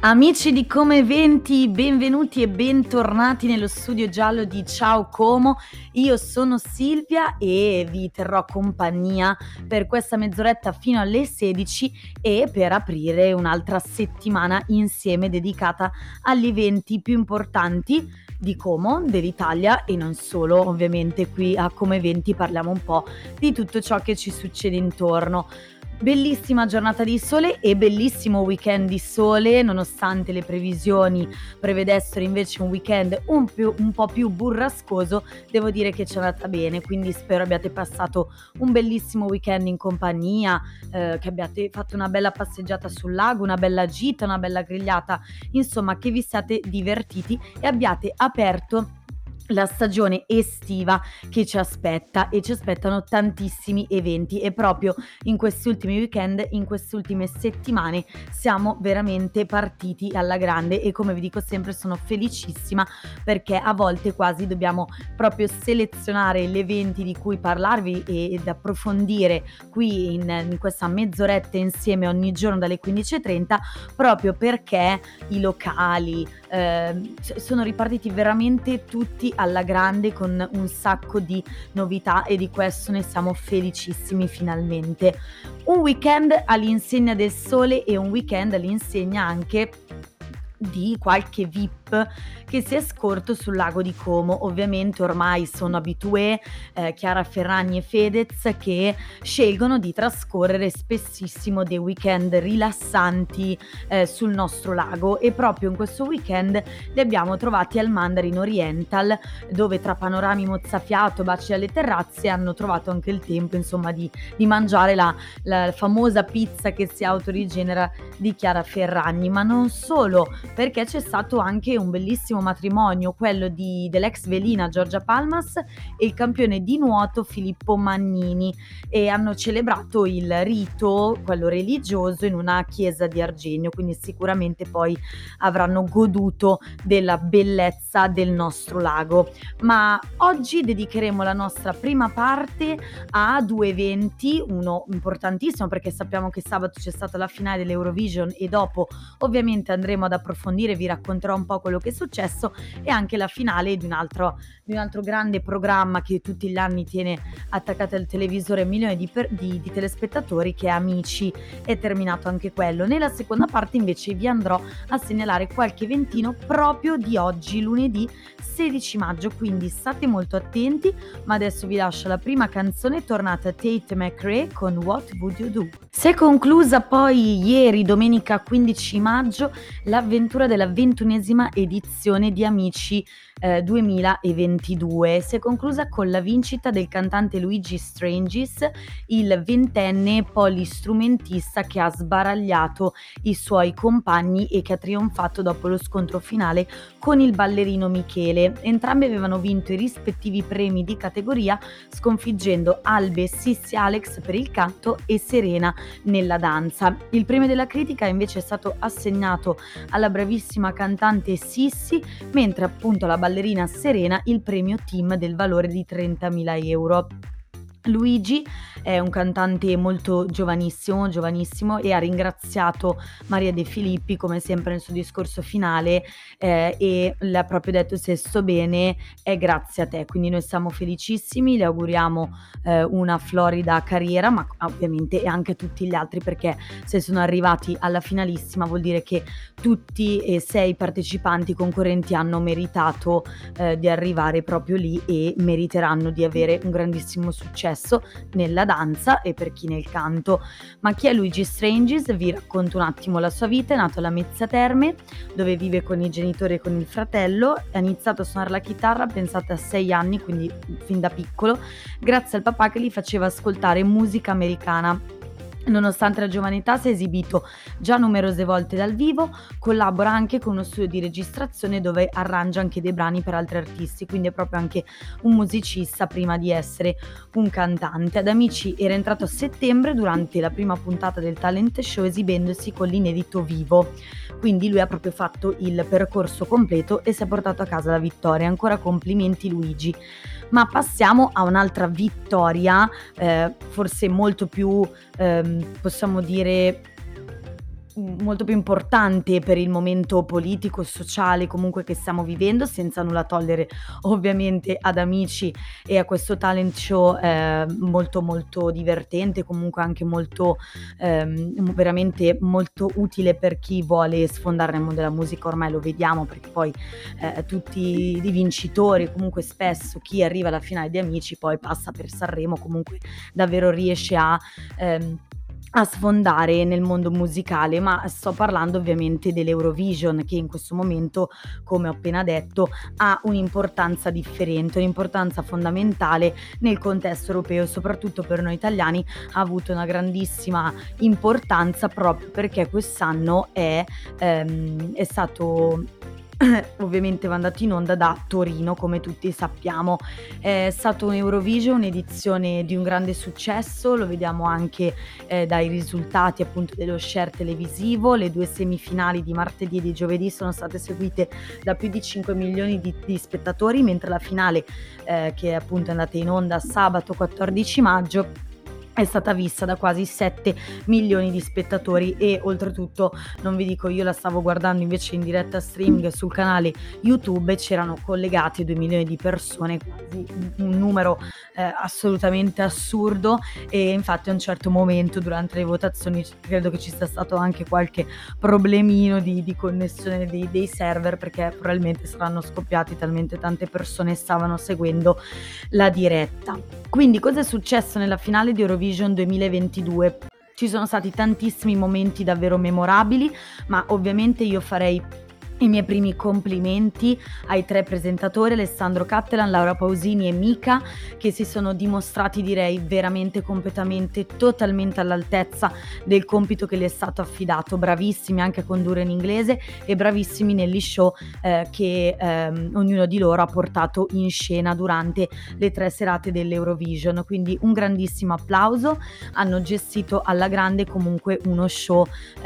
Amici di Come Eventi, benvenuti e bentornati nello studio giallo di Ciao Como. Io sono Silvia e vi terrò compagnia per questa mezz'oretta fino alle 16 e per aprire un'altra settimana insieme dedicata agli eventi più importanti di Como, dell'Italia e non solo. Ovviamente qui a Come Eventi parliamo un po' di tutto ciò che ci succede intorno. Bellissima giornata di sole e bellissimo weekend di sole, nonostante le previsioni prevedessero invece un weekend un po' più burrascoso, devo dire che ci è andata bene, quindi spero abbiate passato un bellissimo weekend in compagnia, che abbiate fatto una bella passeggiata sul lago, una bella gita, una bella grigliata, insomma che vi siate divertiti e abbiate aperto la stagione estiva che ci aspetta e ci aspettano tantissimi eventi e proprio in questi ultimi weekend, in queste ultime settimane siamo veramente partiti alla grande e come vi dico sempre sono felicissima perché a volte quasi dobbiamo proprio selezionare gli eventi di cui parlarvi ed approfondire qui in questa mezz'oretta insieme ogni giorno dalle 15:30 proprio perché i locali sono ripartiti veramente tutti alla grande con un sacco di novità e di questo ne siamo felicissimi finalmente. Un weekend all'insegna del sole e un weekend all'insegna anche di qualche VIP che si è scorto sul lago di Como. Ovviamente ormai sono abitué, Chiara Ferragni e Fedez che scelgono di trascorrere spessissimo dei weekend rilassanti sul nostro lago e proprio in questo weekend li abbiamo trovati al Mandarin Oriental dove tra panorami mozzafiato, baci alle terrazze hanno trovato anche il tempo insomma di mangiare la famosa pizza che si autorigenera di Chiara Ferragni, ma non solo, perché c'è stato anche un bellissimo matrimonio, quello dell'ex velina Giorgia Palmas e il campione di nuoto Filippo Mannini e hanno celebrato il rito, quello religioso, in una chiesa di Argenio, quindi sicuramente poi avranno goduto della bellezza del nostro lago. Ma oggi dedicheremo la nostra prima parte a due eventi, uno importantissimo perché sappiamo che sabato c'è stata la finale dell'Eurovision e dopo ovviamente andremo ad approfondire, vi racconterò un po' quello che è successo e anche la finale di un altro grande programma che tutti gli anni tiene attaccate al televisore milioni di telespettatori che è Amici, è terminato anche quello. Nella seconda parte invece vi andrò a segnalare qualche eventino proprio di oggi, lunedì 16 maggio, quindi state molto attenti, ma adesso vi lascio la prima canzone tornata Tate McRae con What Would You Do. Si è conclusa poi ieri, domenica 15 maggio, l'avventura della 21esima edizione di Amici 2022. Si è conclusa con la vincita del cantante Luigi Strangis, il ventenne polistrumentista che ha sbaragliato i suoi compagni e che ha trionfato dopo lo scontro finale con il ballerino Michele. Entrambi avevano vinto i rispettivi premi di categoria, sconfiggendo Albe e Sissi Alex per il canto e Serena nella danza. Il premio della critica invece è stato assegnato alla bravissima cantante Sissi, mentre appunto la ballerina Serena il premio team del valore di 30.000 euro. Luigi è un cantante molto giovanissimo e ha ringraziato Maria De Filippi come sempre nel suo discorso finale e le ha proprio detto se sto bene è grazie a te, quindi noi siamo felicissimi, le auguriamo una florida carriera, ma ovviamente e anche tutti gli altri perché se sono arrivati alla finalissima vuol dire che tutti e 6 partecipanti concorrenti hanno meritato di arrivare proprio lì e meriteranno di avere un grandissimo successo nella danza e per chi nel canto. Ma chi è Luigi Strangis? Vi racconto un attimo la sua vita. È nato a Lamezia Terme dove vive con i genitori e con il fratello, ha iniziato a suonare la chitarra pensate a 6 anni, quindi fin da piccolo, grazie al papà che gli faceva ascoltare musica americana. Nonostante la giovane età si è esibito già numerose volte dal vivo, collabora anche con uno studio di registrazione dove arrangia anche dei brani per altri artisti, quindi è proprio anche un musicista prima di essere un cantante. Ad Amici era entrato a settembre durante la prima puntata del talent show esibendosi con l'inedito vivo, quindi lui ha proprio fatto il percorso completo e si è portato a casa la vittoria. Ancora complimenti Luigi. Ma passiamo a un'altra vittoria, forse molto più, possiamo dire molto più importante per il momento politico, sociale, comunque che stiamo vivendo, senza nulla togliere ovviamente ad Amici e a questo talent show, molto, molto divertente, comunque anche molto veramente molto utile per chi vuole sfondare nel mondo della musica. Ormai lo vediamo perché poi, tutti i vincitori, comunque spesso chi arriva alla finale di Amici poi passa per Sanremo, comunque davvero riesce ehm, a sfondare nel mondo musicale, ma sto parlando ovviamente dell'Eurovision che in questo momento, come ho appena detto, ha un'importanza differente, un'importanza fondamentale nel contesto europeo e soprattutto per noi italiani ha avuto una grandissima importanza proprio perché quest'anno è stato ovviamente mandato in onda da Torino, come tutti sappiamo. È stato un Eurovision, un'edizione di un grande successo, lo vediamo anche, dai risultati appunto dello share televisivo. Le 2 semifinali di martedì e di giovedì sono state seguite da più di 5 milioni di spettatori, mentre la finale, che appunto è andata in onda sabato 14 maggio, è stata vista da quasi 7 milioni di spettatori e oltretutto, non vi dico, io la stavo guardando invece in diretta streaming sul canale YouTube e c'erano collegati 2 milioni di persone, quasi un numero assolutamente assurdo, e infatti a un certo momento durante le votazioni credo che ci sia stato anche qualche problemino di connessione dei server, perché probabilmente saranno scoppiati, talmente tante persone stavano seguendo la diretta. Quindi cosa è successo nella finale di Eurovision 2022? Ci sono stati tantissimi momenti davvero memorabili, ma ovviamente io farei i miei primi complimenti ai 3 presentatori, Alessandro Cattelan, Laura Pausini e Mika, che si sono dimostrati, direi, veramente completamente, totalmente all'altezza del compito che gli è stato affidato. Bravissimi anche a condurre in inglese e bravissimi negli show che ognuno di loro ha portato in scena durante le 3 serate dell'Eurovision. Quindi un grandissimo applauso. Hanno gestito alla grande comunque uno show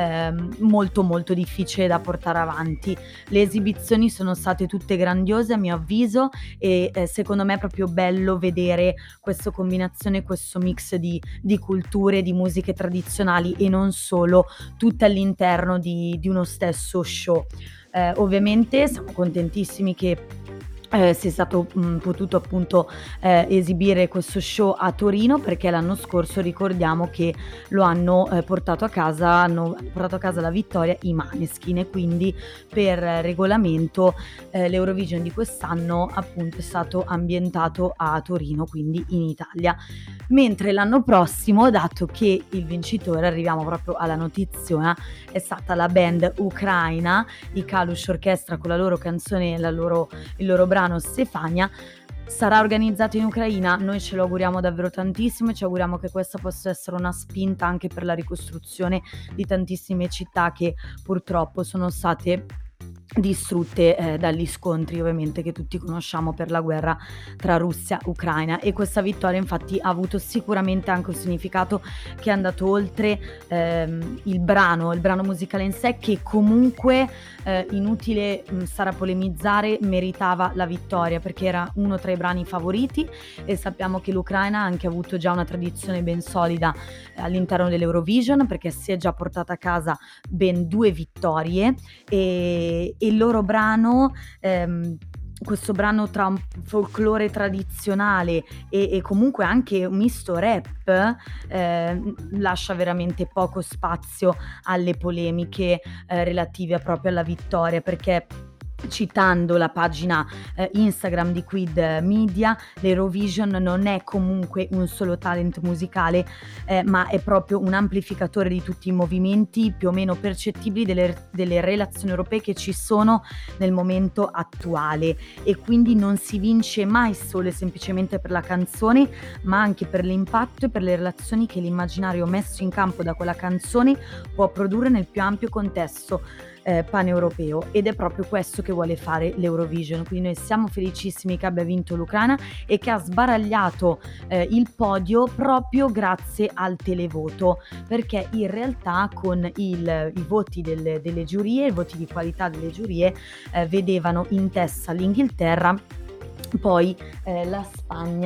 molto molto difficile da portare avanti. Le esibizioni sono state tutte grandiose a mio avviso e secondo me è proprio bello vedere questa combinazione, questo mix di culture, di musiche tradizionali e non solo, tutte all'interno di uno stesso show. Ovviamente siamo contentissimi che sia stato potuto appunto esibire questo show a Torino, perché l'anno scorso ricordiamo che lo hanno portato a casa, hanno portato a casa la vittoria i Måneskin, e quindi per regolamento l'Eurovision di quest'anno appunto è stato ambientato a Torino, quindi in Italia. Mentre l'anno prossimo, dato che il vincitore, arriviamo proprio alla notizia, è stata la band ucraina, i Kalush Orchestra, con la loro canzone, il loro brano Stefania, sarà organizzato in Ucraina. Noi ce lo auguriamo davvero tantissimo e ci auguriamo che questa possa essere una spinta anche per la ricostruzione di tantissime città che purtroppo sono state distrutte dagli scontri ovviamente che tutti conosciamo per la guerra tra Russia e Ucraina. E questa vittoria infatti ha avuto sicuramente anche un significato che è andato oltre il brano musicale in sé, che comunque inutile stare a polemizzare, meritava la vittoria perché era uno tra i brani favoriti, e sappiamo che l'Ucraina ha anche avuto già una tradizione ben solida all'interno dell'Eurovision, perché si è già portata a casa ben 2 vittorie, e il loro brano, questo brano tra un folklore tradizionale e comunque anche un misto rap, lascia veramente poco spazio alle polemiche relative proprio alla vittoria, perché citando la pagina Instagram di Quid Media, l'Eurovision non è comunque un solo talent musicale, ma è proprio un amplificatore di tutti i movimenti più o meno percettibili delle relazioni europee che ci sono nel momento attuale, e quindi non si vince mai solo e semplicemente per la canzone, ma anche per l'impatto e per le relazioni che l'immaginario messo in campo da quella canzone può produrre nel più ampio contesto paneuropeo, ed è proprio questo che vuole fare l'Eurovision. Quindi noi siamo felicissimi che abbia vinto l'Ucraina e che ha sbaragliato il podio proprio grazie al televoto, perché in realtà con i voti delle giurie, i voti di qualità delle giurie, vedevano in testa l'Inghilterra, poi la Spagna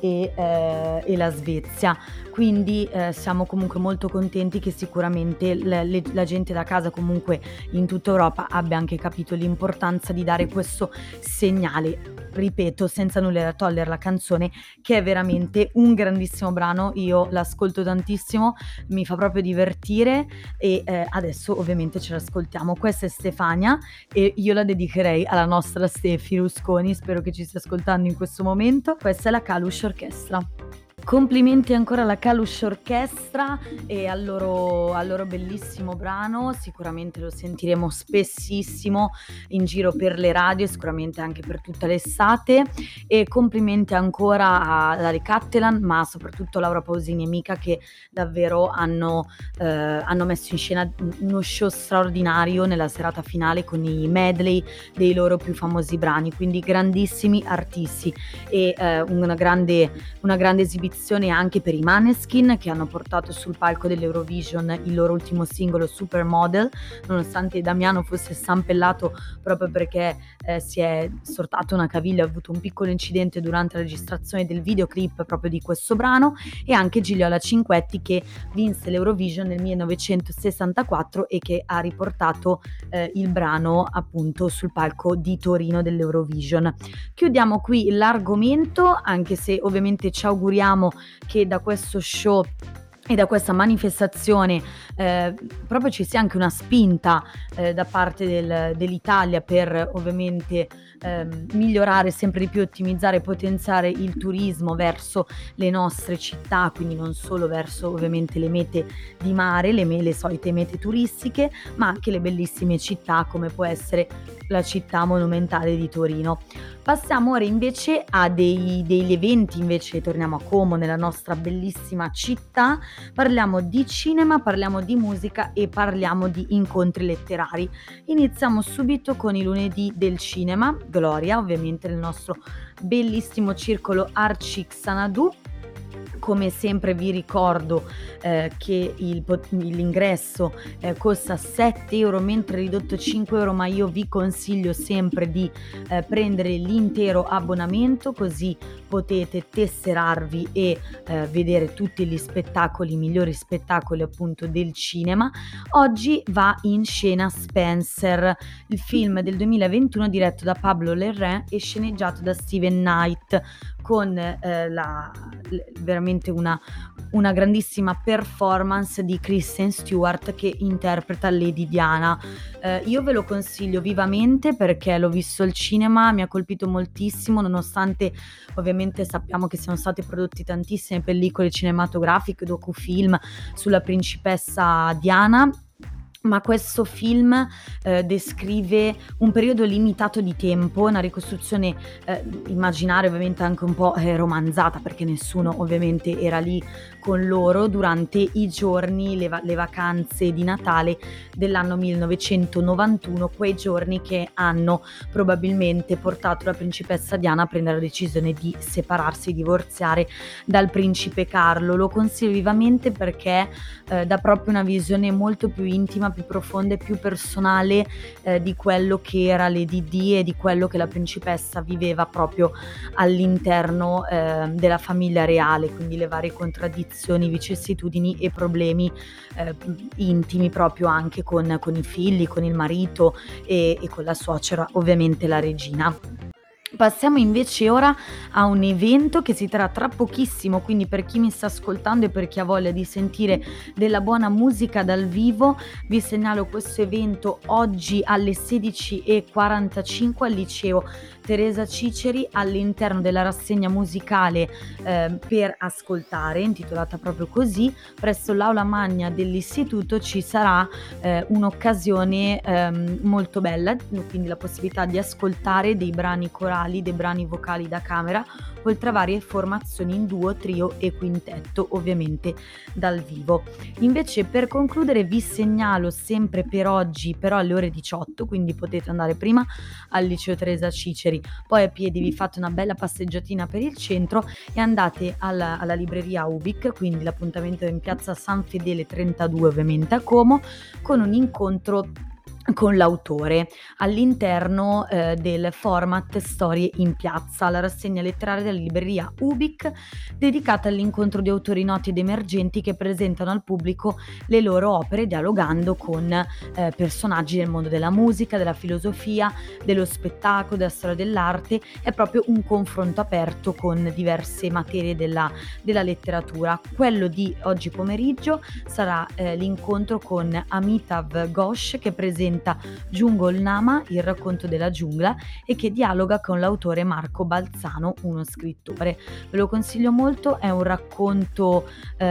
e la Svezia. Quindi siamo comunque molto contenti che sicuramente la gente da casa comunque in tutta Europa abbia anche capito l'importanza di dare questo segnale. Ripeto, senza nulla da togliere la canzone, che è veramente un grandissimo brano, io l'ascolto tantissimo, mi fa proprio divertire e adesso ovviamente ce l'ascoltiamo. Questa è Stefania e io la dedicherei alla nostra Stefi Rusconi, spero che ci stia ascoltando in questo momento. Questa è la Kalush Orchestra. Complimenti ancora alla Kalush Orchestra e al loro bellissimo brano, sicuramente lo sentiremo spessissimo in giro per le radio, sicuramente anche per tutta l'estate, e complimenti ancora a Lari Cattelan, ma soprattutto Laura Pausini e Mica, che davvero hanno messo in scena uno show straordinario nella serata finale con i medley dei loro più famosi brani, quindi grandissimi artisti e una grande esibizione anche per i Maneskin, che hanno portato sul palco dell'Eurovision il loro ultimo singolo Supermodel, nonostante Damiano fosse stampellato proprio perché si è sortato una caviglia, ha avuto un piccolo incidente durante la registrazione del videoclip proprio di questo brano, e anche Gigliola Cinquetti, che vinse l'Eurovision nel 1964 e che ha riportato il brano appunto sul palco di Torino dell'Eurovision. Chiudiamo qui l'argomento, anche se ovviamente ci auguriamo che da questo show e da questa manifestazione proprio ci sia anche una spinta da parte dell'Italia per ovviamente migliorare sempre di più, ottimizzare e potenziare il turismo verso le nostre città, quindi non solo verso ovviamente le mete di mare, le solite mete turistiche, ma anche le bellissime città come può essere la città monumentale di Torino. Passiamo ora invece a degli eventi, invece torniamo a Como, nella nostra bellissima città, parliamo di cinema, parliamo di musica e parliamo di incontri letterari. Iniziamo subito con i lunedì del cinema, Gloria, ovviamente nel nostro bellissimo circolo Arci Xanadu. Come sempre vi ricordo che l'ingresso costa 7 euro, mentre è ridotto 5 euro, ma io vi consiglio sempre di prendere l'intero abbonamento, così potete tesserarvi e vedere tutti gli spettacoli, i migliori spettacoli appunto del cinema. Oggi va in scena Spencer, il film del 2021 diretto da Pablo Larraín e sceneggiato da Steven Knight, con veramente una grandissima performance di Kristen Stewart, che interpreta Lady Diana. Io ve lo consiglio vivamente perché l'ho visto al cinema, mi ha colpito moltissimo, nonostante ovviamente sappiamo che siano state prodotte tantissime pellicole cinematografiche, docufilm sulla principessa Diana. Ma questo film descrive un periodo limitato di tempo, una ricostruzione immaginaria, ovviamente anche un po' romanzata, perché nessuno ovviamente era lì con loro durante i giorni, le vacanze di Natale dell'anno 1991, quei giorni che hanno probabilmente portato la principessa Diana a prendere la decisione di separarsi, divorziare dal principe Carlo. Lo consiglio vivamente perché dà proprio una visione molto più intima, più profonda e più personale di quello che era Lady Di e di quello che la principessa viveva proprio all'interno della famiglia reale, quindi le varie contraddizioni, vicissitudini e problemi intimi proprio anche con i figli, con il marito e con la suocera, ovviamente la regina. Passiamo invece ora a un evento che si terrà tra pochissimo, quindi per chi mi sta ascoltando e per chi ha voglia di sentire della buona musica dal vivo, vi segnalo questo evento oggi alle 16:45 al liceo Teresa Ciceri, all'interno della rassegna musicale per ascoltare, intitolata proprio così. Presso l'aula magna dell'istituto ci sarà un'occasione molto bella, quindi la possibilità di ascoltare dei brani corali, dei brani vocali da camera, oltre a varie formazioni in duo, trio e quintetto, ovviamente dal vivo. Invece, per concludere, vi segnalo sempre per oggi, però alle ore 18, quindi potete andare prima al liceo Teresa Ciceri, poi a piedi vi fate una bella passeggiatina per il centro e andate alla libreria Ubic, quindi l'appuntamento è in piazza San Fedele 32, ovviamente a Como, con un incontro con l'autore all'interno, del format Storie in piazza, la rassegna letteraria della libreria Ubik, dedicata all'incontro di autori noti ed emergenti che presentano al pubblico le loro opere dialogando con, personaggi del mondo della musica, della filosofia, dello spettacolo, della storia dell'arte. È proprio un confronto aperto con diverse materie della letteratura. Quello di oggi pomeriggio sarà, l'incontro con Amitav Ghosh, che presenta Jungle Nama, il racconto della giungla, e che dialoga con l'autore Marco Balzano, uno scrittore. Ve lo consiglio molto, è un racconto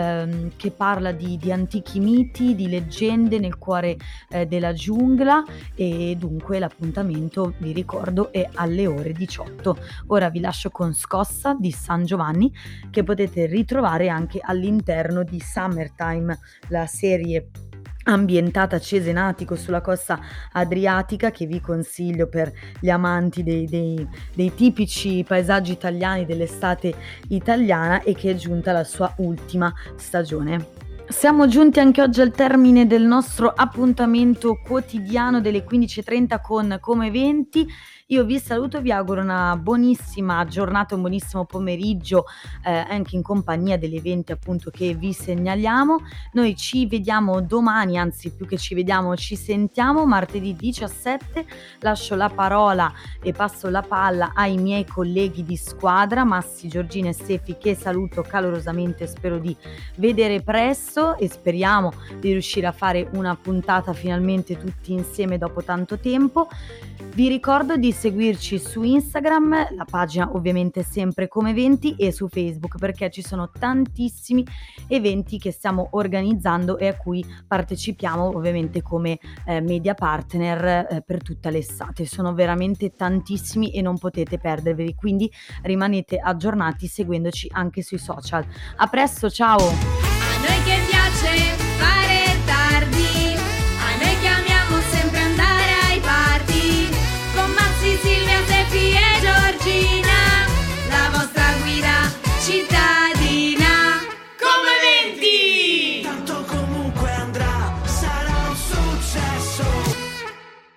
che parla di antichi miti, di leggende nel cuore della giungla, e dunque l'appuntamento, vi ricordo, è alle ore 18. Ora vi lascio con Scossa di San Giovanni, che potete ritrovare anche all'interno di Summertime, la serie ambientata a Cesenatico sulla costa adriatica, che vi consiglio per gli amanti dei tipici paesaggi italiani dell'estate italiana, e che è giunta alla sua ultima stagione. Siamo giunti anche oggi al termine del nostro appuntamento quotidiano delle 15:30 con Come Eventi. Io vi saluto, vi auguro una buonissima giornata, un buonissimo pomeriggio, anche in compagnia degli eventi appunto che vi segnaliamo. Noi ci vediamo domani, anzi più che ci vediamo ci sentiamo martedì 17. Lascio la parola e passo la palla ai miei colleghi di squadra, Massi, Giorgina e Stefi, che saluto calorosamente, spero di vedere presto e speriamo di riuscire a fare una puntata finalmente tutti insieme dopo tanto tempo. Vi ricordo di seguirci su Instagram, la pagina ovviamente sempre Come Eventi, e su Facebook, perché ci sono tantissimi eventi che stiamo organizzando e a cui partecipiamo ovviamente come media partner per tutta l'estate. Sono veramente tantissimi e non potete perderveli, quindi rimanete aggiornati seguendoci anche sui social. A presto, ciao!